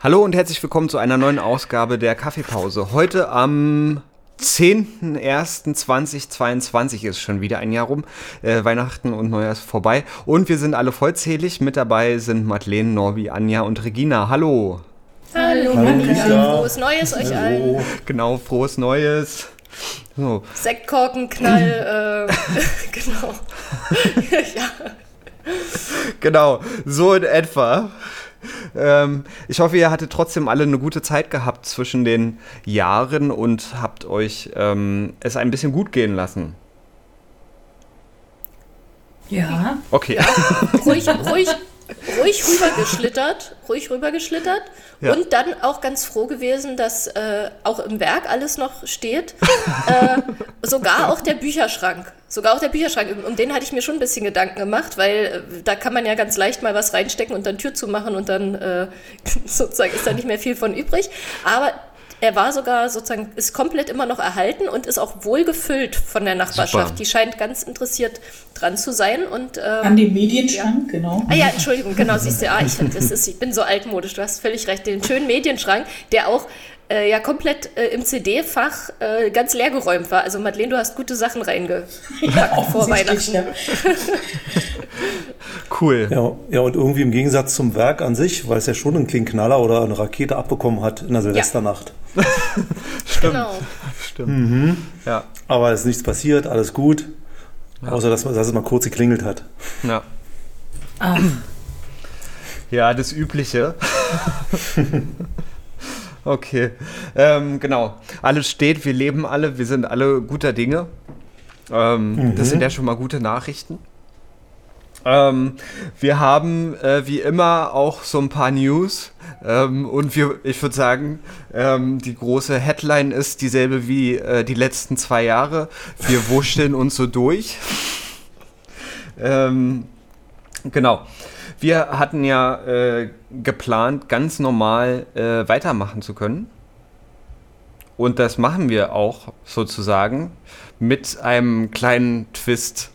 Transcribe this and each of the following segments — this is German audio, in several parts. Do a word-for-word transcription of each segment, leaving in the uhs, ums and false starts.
Hallo und herzlich willkommen zu einer neuen Ausgabe der Kaffeepause. Heute am zehnten ersten zweitausendzweiundzwanzig ist schon wieder ein Jahr rum. Äh, Weihnachten und Neujahr ist vorbei. Und wir sind alle vollzählig. Mit dabei sind Madeleine, Norbi, Anja und Regina. Hallo. Hallo, Hallo. Frohes Neues euch Hallo. allen. Genau, frohes Neues. So. Sektkorken, Knall, äh, genau. Ja. Genau, so in etwa. Ähm, ich hoffe, ihr hattet trotzdem alle eine gute Zeit gehabt zwischen den Jahren und habt euch ähm, es ein bisschen gut gehen lassen. Ja. Okay. Ja, ruhig, ruhig, ruhig rübergeschlittert, ruhig rübergeschlittert ja. Und dann auch ganz froh gewesen, dass äh, auch im Werk alles noch steht. äh, sogar auch der Bücherschrank. Sogar auch der Bücherschrank. Um den hatte ich mir schon ein bisschen Gedanken gemacht, weil äh, da kann man ja ganz leicht mal was reinstecken und dann Tür zumachen und dann äh, sozusagen ist da nicht mehr viel von übrig. Aber er war sogar sozusagen, ist komplett immer noch erhalten und ist auch wohl gefüllt von der Nachbarschaft. Super. Die scheint ganz interessiert dran zu sein. Und, ähm, An dem Medienschrank, ja. genau. Ah ja, Entschuldigung, genau, siehst du, ah, ich, das ist, ich bin so altmodisch, du hast völlig recht. Den schönen Medienschrank, der auch äh, ja komplett äh, im C D-Fach äh, ganz leer geräumt war. Also Madeleine, du hast gute Sachen reingepackt ja, vor Weihnachten. Ja. Cool. Ja, ja, und irgendwie im Gegensatz zum Werk an sich, weil es ja schon einen kleinen Knaller oder eine Rakete abbekommen hat in der Silvesternacht. Ja. Stimmt. Genau. Stimmt. Mhm. Ja. Aber es ist nichts passiert, alles gut. Ja. Außer, dass, dass es mal kurz geklingelt hat. Ja. Ah. Ja, das Übliche. Okay. Ähm, genau. Alles steht, wir leben alle, wir sind alle guter Dinge. Ähm, mhm. Das sind ja schon mal gute Nachrichten. Ähm, wir haben äh, wie immer auch so ein paar News ähm, und wir, ich würde sagen, ähm, die große Headline ist dieselbe wie äh, die letzten zwei Jahre. Wir wurschteln uns so durch. ähm, genau. Wir hatten ja äh, geplant, ganz normal äh, weitermachen zu können. Und das machen wir auch sozusagen mit einem kleinen Twist.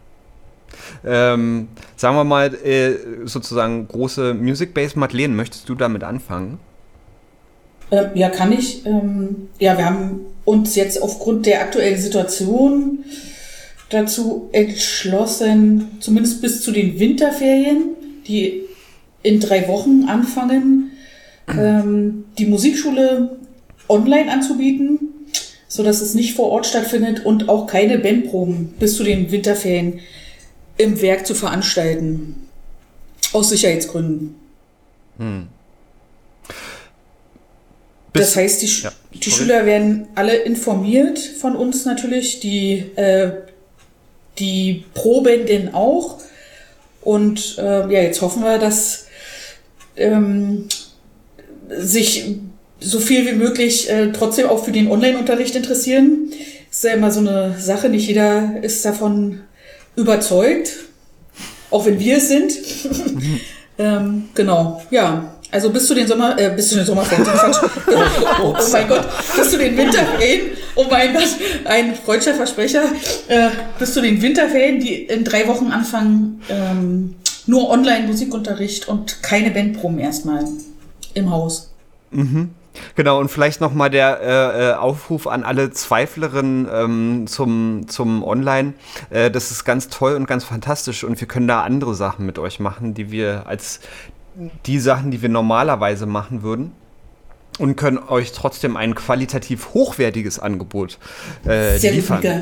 Ähm, sagen wir mal, äh, sozusagen große Music Base. Madeleine, möchtest du damit anfangen? Äh, ja, kann ich. Ähm, ja, wir haben uns jetzt aufgrund der aktuellen Situation dazu entschlossen, zumindest bis zu den Winterferien, die in drei Wochen anfangen, ähm, die Musikschule online anzubieten, sodass es nicht vor Ort stattfindet und auch keine Bandproben bis zu den Winterferien im Werk zu veranstalten. Aus Sicherheitsgründen. Hm. Das heißt, die, ja, die Schüler werden alle informiert von uns natürlich, die, äh, die Probenden auch. Und äh, ja, jetzt hoffen wir, dass ähm, sich so viel wie möglich äh, trotzdem auch für den Online-Unterricht interessieren. Das ist ja immer so eine Sache, nicht jeder ist davon überzeugt, auch wenn wir es sind. ähm, genau, ja. Also bis zu den Sommer, äh, bis zu den Sommerferien, oh mein Gott, bis zu den Winterferien, oh mein Gott, ein freudscher Versprecher, äh, bis zu den Winterferien, die in drei Wochen anfangen, ähm, nur Online-Musikunterricht und keine Bandproben erstmal im Haus. Mhm. Genau, und vielleicht nochmal der äh, Aufruf an alle Zweiflerinnen ähm, zum, zum Online. Äh, das ist ganz toll und ganz fantastisch und wir können da andere Sachen mit euch machen, die wir als die Sachen, die wir normalerweise machen würden und können euch trotzdem ein qualitativ hochwertiges Angebot äh, Sehr liefern. Ja.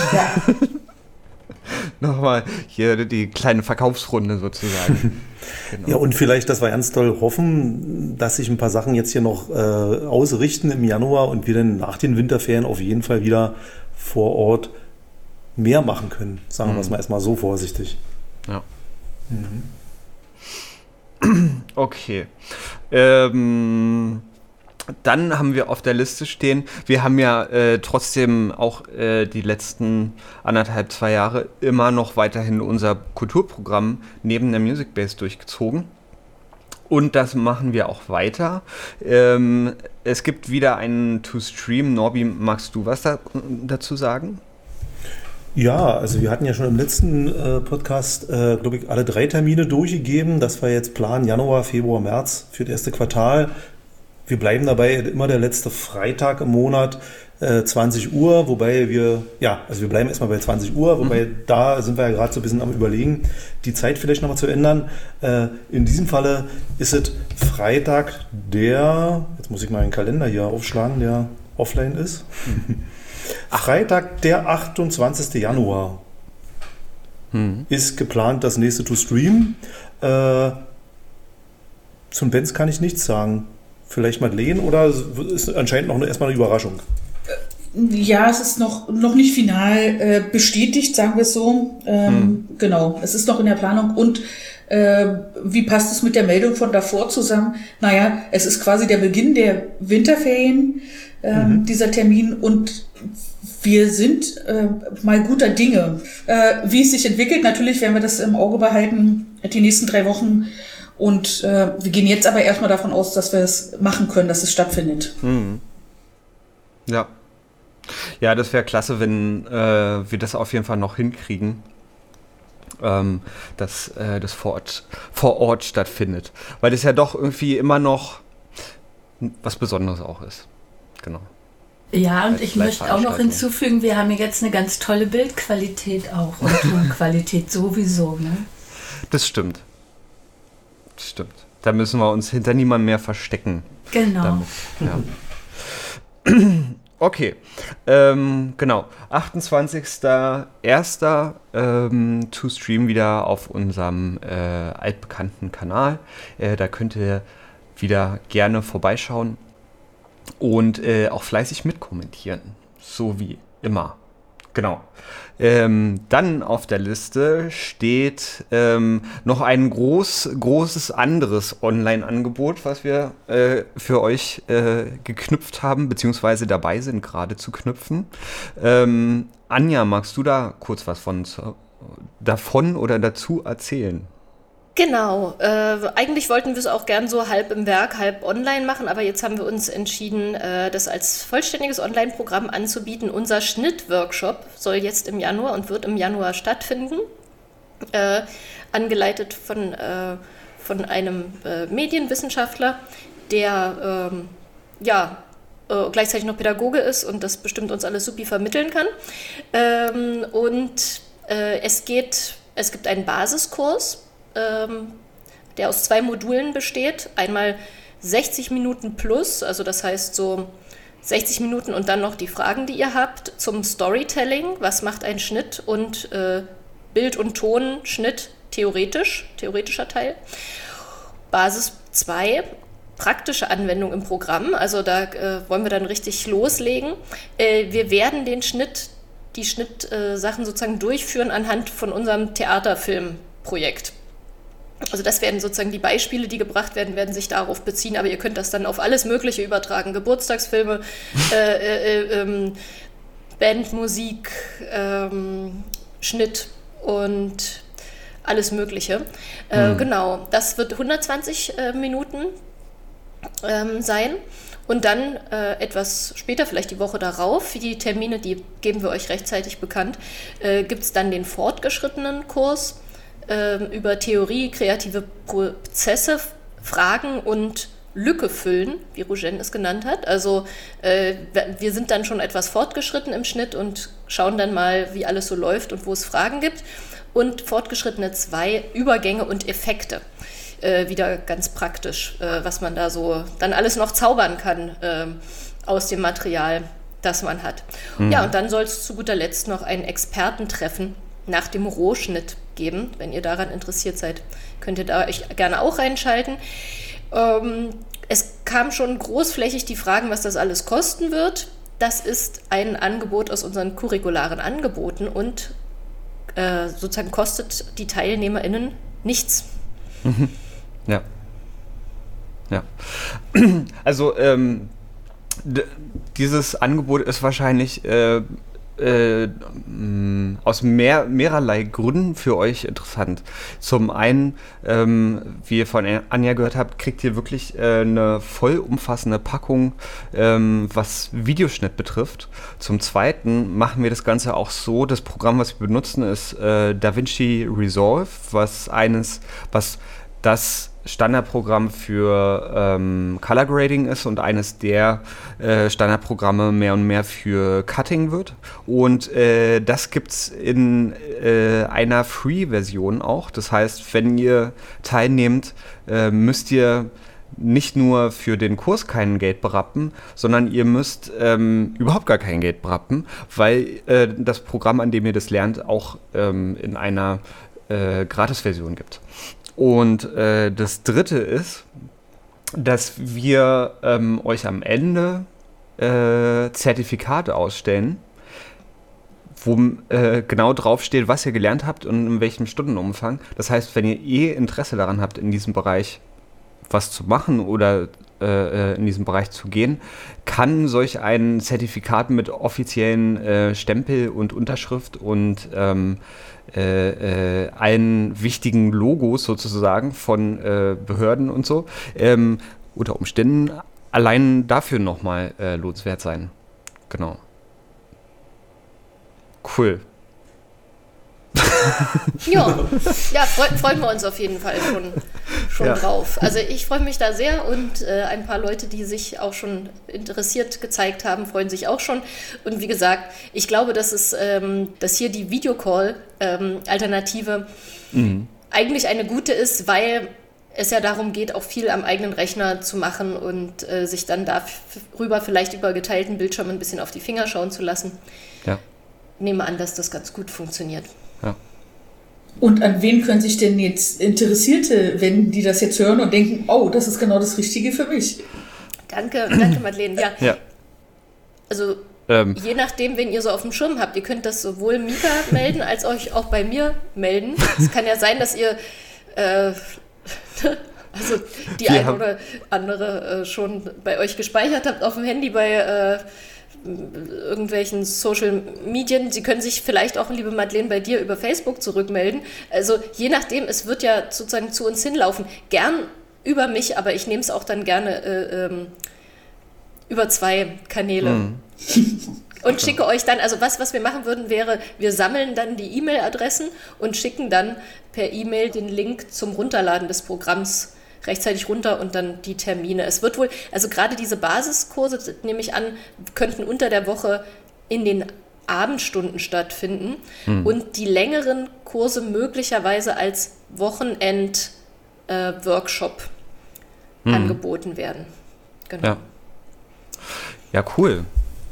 Nochmal hier die kleine Verkaufsrunde sozusagen. Genau. Ja, und vielleicht, dass wir ganz doll hoffen, dass sich ein paar Sachen jetzt hier noch äh, ausrichten im Januar und wir dann nach den Winterferien auf jeden Fall wieder vor Ort mehr machen können. Sagen wir mhm. es mal erstmal so vorsichtig. Ja. Mhm. Okay. Ähm, dann haben wir auf der Liste stehen, wir haben ja äh, trotzdem auch äh, die letzten anderthalb, zwei Jahre immer noch weiterhin unser Kulturprogramm neben der Music Base durchgezogen. Und das machen wir auch weiter. Ähm, es gibt wieder einen To-Stream. Norbi, magst du was da, dazu sagen? Ja, also wir hatten ja schon im letzten äh, Podcast, äh, glaube ich, alle drei Termine durchgegeben. Das war jetzt Plan Januar, Februar, März für das erste Quartal. wir bleiben dabei immer der letzte Freitag im Monat, äh, zwanzig Uhr, wobei wir, ja, also wir bleiben erstmal bei zwanzig Uhr, wobei mhm. da sind wir ja gerade so ein bisschen am Überlegen, die Zeit vielleicht nochmal zu ändern. Äh, in diesem Falle ist es Freitag der, jetzt muss ich mal einen Kalender hier aufschlagen, der offline ist. Freitag der achtundzwanzigster Januar mhm. ist geplant, das nächste to stream. Äh, zum Benz kann ich nichts sagen. Vielleicht Madeleine oder ist anscheinend noch eine, erstmal eine Überraschung? Ja, es ist noch, noch nicht final äh, bestätigt, sagen wir es so. Ähm, hm. Genau, es ist noch in der Planung. Und äh, wie passt es mit der Meldung von davor zusammen? Naja, es ist quasi der Beginn der Winterferien, äh, mhm. dieser Termin. Und wir sind äh, mal guter Dinge. Äh, wie es sich entwickelt, natürlich werden wir das im Auge behalten, die nächsten drei Wochen. Und äh, wir gehen jetzt aber erstmal davon aus, dass wir es machen können, dass es stattfindet. Mhm. Ja. Ja, das wäre klasse, wenn äh, wir das auf jeden Fall noch hinkriegen, ähm, dass äh, das vor Ort, vor Ort stattfindet. Weil das ja doch irgendwie immer noch was Besonderes auch ist. Genau. Ja, und ich möchte auch noch hinzufügen, wir haben jetzt eine ganz tolle Bildqualität auch und Tonqualität sowieso. Ne? Das stimmt. Das stimmt. Da müssen wir uns hinter niemandem mehr verstecken. Genau. Damit, ja. Okay, ähm, genau. achtundzwanzigster erster Ähm, to stream wieder auf unserem äh, altbekannten Kanal. Äh, da könnt ihr wieder gerne vorbeischauen und äh, auch fleißig mitkommentieren. So wie immer. Genau. Ähm, dann auf der Liste steht ähm, noch ein groß, großes anderes Online-Angebot, was wir äh, für euch äh, geknüpft haben, beziehungsweise dabei sind, gerade zu knüpfen. Ähm, Anja, magst du da kurz was von, davon oder dazu erzählen? Genau, äh, eigentlich wollten wir es auch gern so halb im Werk, halb online machen, aber jetzt haben wir uns entschieden, äh, das als vollständiges Online-Programm anzubieten. Unser Schnittworkshop soll jetzt im Januar und wird im Januar stattfinden, äh, angeleitet von, äh, von einem äh, Medienwissenschaftler, der ähm, ja, äh, gleichzeitig noch Pädagoge ist und das bestimmt uns alles supi vermitteln kann. Ähm, und äh, es geht, es gibt einen Basiskurs, der aus zwei Modulen besteht. Einmal sechzig Minuten plus, also das heißt so sechzig Minuten und dann noch die Fragen, die ihr habt zum Storytelling. Was macht ein Schnitt und äh, Bild- und Tonschnitt theoretisch, theoretischer Teil. Basis zwei, praktische Anwendung im Programm. Also da äh, wollen wir dann richtig loslegen. Äh, wir werden den Schnitt, die Schnittsachen äh, sozusagen durchführen anhand von unserem Theaterfilmprojekt. Also das werden sozusagen die Beispiele, die gebracht werden, werden sich darauf beziehen, aber ihr könnt das dann auf alles Mögliche übertragen. Geburtstagsfilme, äh, äh, äh, Bandmusik, ähm, Schnitt und alles Mögliche. Äh, hm. Genau, das wird hundertzwanzig äh, Minuten ähm, sein. Und dann äh, etwas später, vielleicht die Woche darauf, die Termine, die geben wir euch rechtzeitig bekannt, äh, gibt es dann den fortgeschrittenen Kurs über Theorie, kreative Prozesse, Fragen und Lücke füllen, wie Rougène es genannt hat. Also äh, wir sind dann schon etwas fortgeschritten im Schnitt und schauen dann mal, wie alles so läuft und wo es Fragen gibt. Und fortgeschrittene zwei, Übergänge und Effekte. Äh, wieder ganz praktisch, äh, was man da so dann alles noch zaubern kann äh, aus dem Material, das man hat. Mhm. Ja, und dann soll es zu guter Letzt noch ein Expertentreffen nach dem Rohschnitt geben. Wenn ihr daran interessiert seid, könnt ihr da euch gerne auch reinschalten. Ähm, es kam schon großflächig die Fragen, was das alles kosten wird. Das ist ein Angebot aus unseren curricularen Angeboten und äh, sozusagen kostet die TeilnehmerInnen nichts. Mhm. Ja. Ja. Also ähm, d- dieses Angebot ist wahrscheinlich äh, Äh, mh, aus mehr, mehrerlei Gründen für euch interessant. Zum einen, ähm, wie ihr von Anja gehört habt, kriegt ihr wirklich äh, eine vollumfassende Packung, ähm, was Videoschnitt betrifft. Zum zweiten machen wir das Ganze auch so, das Programm, was wir benutzen, ist äh, DaVinci Resolve, was eines, was das Standardprogramm für ähm, Color Grading ist und eines der äh, Standardprogramme mehr und mehr für Cutting wird. Und äh, das gibt's in äh, einer Free-Version auch. Das heißt, wenn ihr teilnehmt, äh, müsst ihr nicht nur für den Kurs kein Geld berappen, sondern ihr müsst ähm, überhaupt gar kein Geld berappen, weil äh, das Programm, an dem ihr das lernt, auch ähm, in einer äh, Gratis-Version gibt. Und äh, das Dritte ist, dass wir ähm, euch am Ende äh, Zertifikate ausstellen, wo äh, genau draufsteht, was ihr gelernt habt und in welchem Stundenumfang. Das heißt, wenn ihr eh Interesse daran habt, in diesem Bereich was zu machen oder äh, in diesem Bereich zu gehen, kann solch ein Zertifikat mit offiziellen äh, Stempel und Unterschrift und ähm, äh, äh, allen wichtigen Logos sozusagen von äh, Behörden und so ähm, unter Umständen allein dafür nochmal äh, lohnenswert sein. Genau. Cool. Ja, ja freu, freuen wir uns auf jeden Fall schon, schon ja. drauf. Also ich freue mich da sehr und äh, ein paar Leute, die sich auch schon interessiert gezeigt haben, freuen sich auch schon. Und wie gesagt, ich glaube, dass es, ähm, dass hier die Videocall-Alternative ähm, mhm. eigentlich eine gute ist, weil es ja darum geht, auch viel am eigenen Rechner zu machen und äh, sich dann darüber vielleicht über geteilten Bildschirm ein bisschen auf die Finger schauen zu lassen. Ja. Ich nehme an, dass das ganz gut funktioniert. Ja. Und an wen können sich denn jetzt Interessierte wenden, die das jetzt hören und denken, oh, das ist genau das Richtige für mich? Danke, danke Madeleine. Ja. ja. Also ähm. je nachdem, wen ihr so auf dem Schirm habt, ihr könnt das sowohl Mika melden, als euch auch bei mir melden. Es kann ja sein, dass ihr äh, also die Wir eine oder andere äh, schon bei euch gespeichert habt auf dem Handy bei äh, irgendwelchen Social Medien. Sie können sich vielleicht auch, liebe Madeleine, bei dir über Facebook zurückmelden. Also je nachdem, es wird ja sozusagen zu uns hinlaufen. Gern über mich, aber ich nehme es auch dann gerne äh, ähm, über zwei Kanäle. Mhm. Und schicke euch dann, also was, was wir machen würden, wäre, wir sammeln dann die E-Mail-Adressen und schicken dann per E-Mail den Link zum Runterladen des Programms rechtzeitig runter und dann die Termine. Es wird wohl, also gerade diese Basiskurse, nehme ich an, könnten unter der Woche in den Abendstunden stattfinden hm. und die längeren Kurse möglicherweise als Wochenend-Workshop äh, hm. angeboten werden. Genau. Ja. Ja, cool.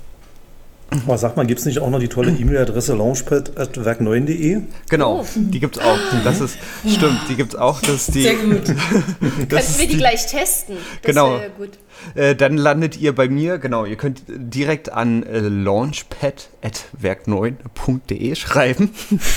Aber sag mal, gibt es nicht auch noch die tolle E-Mail-Adresse launchpad at werk neun punkt de? Genau, oh. die gibt es auch. Das ist, stimmt, die gibt es auch. Das ist die, Sehr gut. Könnten wir die gleich testen? Das genau. wäre gut. Äh, dann landet ihr bei mir, genau, ihr könnt direkt an äh, launchpad at werk neun punkt de schreiben.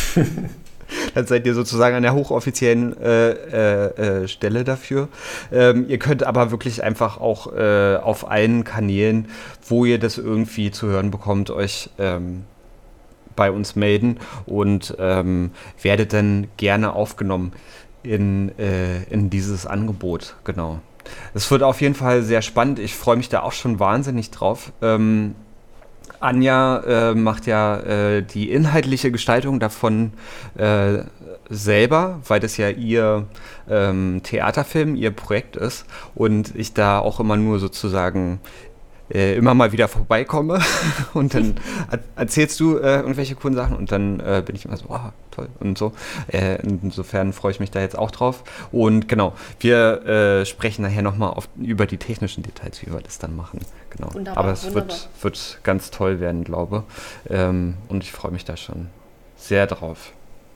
Dann seid ihr sozusagen an der hochoffiziellen äh, äh, äh, Stelle dafür. Ähm, ihr könnt aber wirklich einfach auch äh, auf allen Kanälen, wo ihr das irgendwie zu hören bekommt, euch ähm, bei uns melden und ähm, werdet dann gerne aufgenommen in, äh, in dieses Angebot. Genau. Es wird auf jeden Fall sehr spannend. Ich freue mich da auch schon wahnsinnig drauf. Ähm, Anja äh, macht ja äh, die inhaltliche Gestaltung davon äh, selber, weil das ja ihr ähm, Theaterfilm, ihr Projekt ist und ich da auch immer nur sozusagen äh, immer mal wieder vorbeikomme und dann erzählst du äh, irgendwelche coolen Sachen und dann äh, bin ich immer so, wow, toll und so. Äh, insofern freue ich mich da jetzt auch drauf. Und genau, wir äh, sprechen nachher nochmal über die technischen Details, wie wir das dann machen. Genau. Wunderbar, aber es wunderbar. wird, wird ganz toll werden, glaube ich. Ähm, und ich freue mich da schon sehr drauf.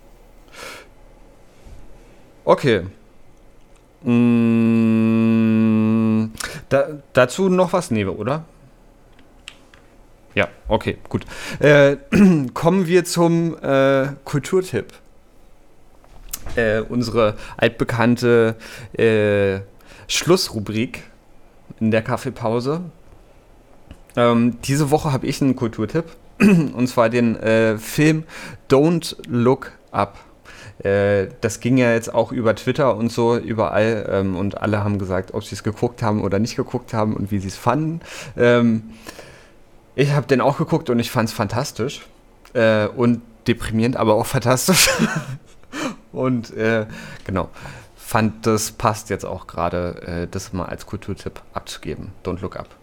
Okay. Mm, da, dazu noch was, Newe, oder? Ja, okay, gut. Äh, kommen wir zum äh, Kulturtipp. Äh, unsere altbekannte äh, Schlussrubrik in der Kaffeepause. Ähm, diese Woche habe ich einen Kulturtipp, und zwar den äh, Film Don't Look Up. Äh, das ging ja jetzt auch über Twitter und so überall ähm, und alle haben gesagt, ob sie es geguckt haben oder nicht geguckt haben und wie sie es fanden. Ähm, ich habe den auch geguckt und ich fand es fantastisch äh, und deprimierend, aber auch fantastisch. Und äh, genau, fand, das passt jetzt auch gerade, äh, das mal als Kulturtipp abzugeben. Don't Look Up.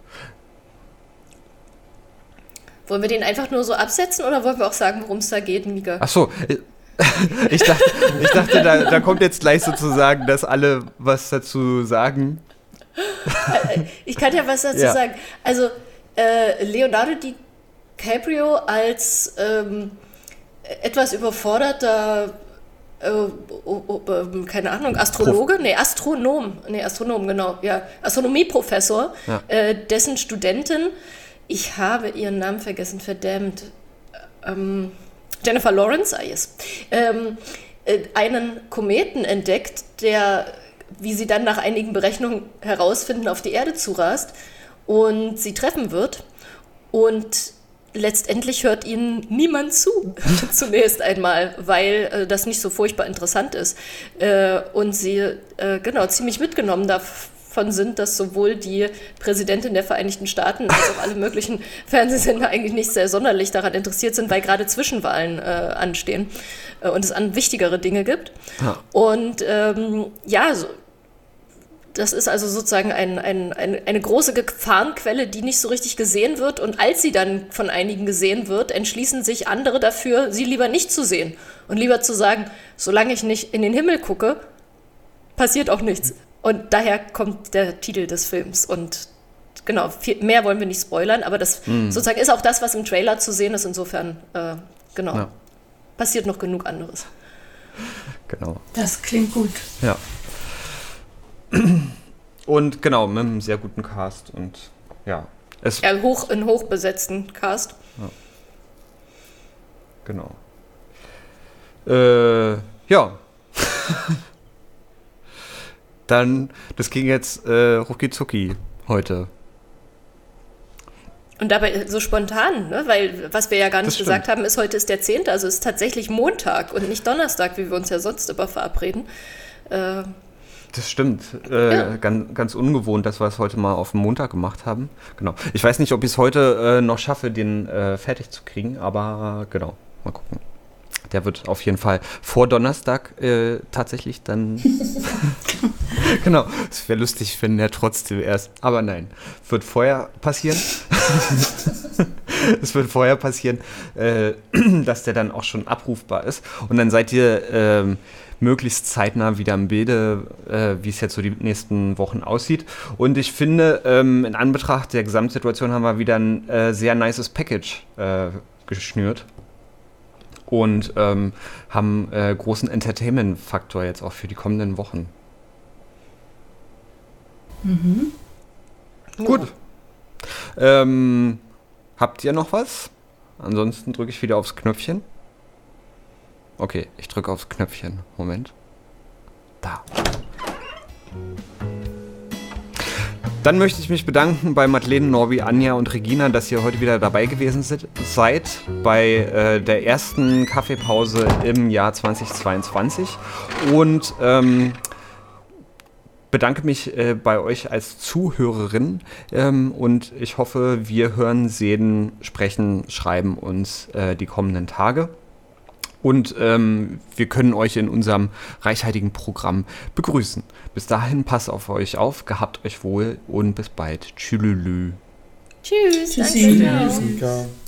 Wollen wir den einfach nur so absetzen oder wollen wir auch sagen, worum es da geht, Mika? Ach so, ich dachte, ich dachte da, da kommt jetzt gleich sozusagen, dass alle was dazu sagen. Ich kann ja was dazu ja. sagen. Also äh, Leonardo DiCaprio als ähm, etwas überforderter äh, oh, oh, äh, keine Ahnung, Astrologe? Nee, Astronom. Nee, Astronom, genau. Ja, Astronomieprofessor, ja. äh, dessen Studentin, ich habe ihren Namen vergessen, verdammt, ähm, Jennifer Lawrence, ah yes, ähm, äh, einen Kometen entdeckt, der, wie sie dann nach einigen Berechnungen herausfinden, auf die Erde zurast und sie treffen wird. Und letztendlich hört ihnen niemand zu, zunächst einmal, weil äh, das nicht so furchtbar interessant ist. Äh, und sie, äh, genau, ziemlich mitgenommen davon sind, dass sowohl die Präsidentin der Vereinigten Staaten als auch alle möglichen Fernsehsender eigentlich nicht sehr sonderlich daran interessiert sind, weil gerade Zwischenwahlen äh, anstehen äh, und es an wichtigere Dinge gibt. Ja. Und ähm, ja, so, das ist also sozusagen ein, ein, ein, eine große Gefahrenquelle, die nicht so richtig gesehen wird. Und als sie dann von einigen gesehen wird, entschließen sich andere dafür, sie lieber nicht zu sehen. Und lieber zu sagen, solange ich nicht in den Himmel gucke, passiert auch nichts. Und daher kommt der Titel des Films. Und genau, viel mehr wollen wir nicht spoilern, aber das mm. sozusagen ist auch das, was im Trailer zu sehen ist. Insofern, äh, genau, ja. passiert noch genug anderes. Genau. Das klingt gut. Ja. Und genau, mit einem sehr guten Cast und ja. Es ja, hoch, einen hochbesetzten Cast. Ja. Genau. Äh, ja. Dann, das ging jetzt äh, rucki zucki heute. Und dabei so spontan, ne? Weil was wir ja gar nicht gesagt haben, ist, heute ist der zehnte, also ist tatsächlich Montag und nicht Donnerstag, wie wir uns ja sonst immer verabreden. Äh, Das stimmt. Äh, ja. ganz, ganz ungewohnt, dass wir es heute mal auf den Montag gemacht haben. Genau. Ich weiß nicht, ob ich es heute äh, noch schaffe, den äh, fertig zu kriegen, aber äh, genau, mal gucken. Der wird auf jeden Fall vor Donnerstag äh, tatsächlich dann... Genau, es wäre lustig, wenn der trotzdem erst... Aber nein, wird vorher passieren. Es wird vorher passieren, äh, dass der dann auch schon abrufbar ist. Und dann seid ihr... Ähm, möglichst zeitnah wieder im Bilde, äh, wie es jetzt so die nächsten Wochen aussieht. Und ich finde, ähm, in Anbetracht der Gesamtsituation haben wir wieder ein äh, sehr nices Package äh, geschnürt und ähm, haben äh, großen Entertainment-Faktor jetzt auch für die kommenden Wochen. Mhm. Gut. Ja. Ähm, habt ihr noch was? Ansonsten drücke ich wieder aufs Knöpfchen. Okay, ich drücke aufs Knöpfchen. Moment. Da. Dann möchte ich mich bedanken bei Madeleine, Norbi, Anja und Regina, dass ihr heute wieder dabei gewesen seid bei äh, der ersten Kaffeepause im Jahr zweitausendzweiundzwanzig und ähm, bedanke mich äh, bei euch als Zuhörerin ähm, und ich hoffe, wir hören, sehen, sprechen, schreiben uns äh, die kommenden Tage. Und ähm, wir können euch in unserem reichhaltigen Programm begrüßen. Bis dahin, passt auf euch auf, gehabt euch wohl und bis bald. Tschüss. Tschüss. Tschüssi. Danke. Tschüss.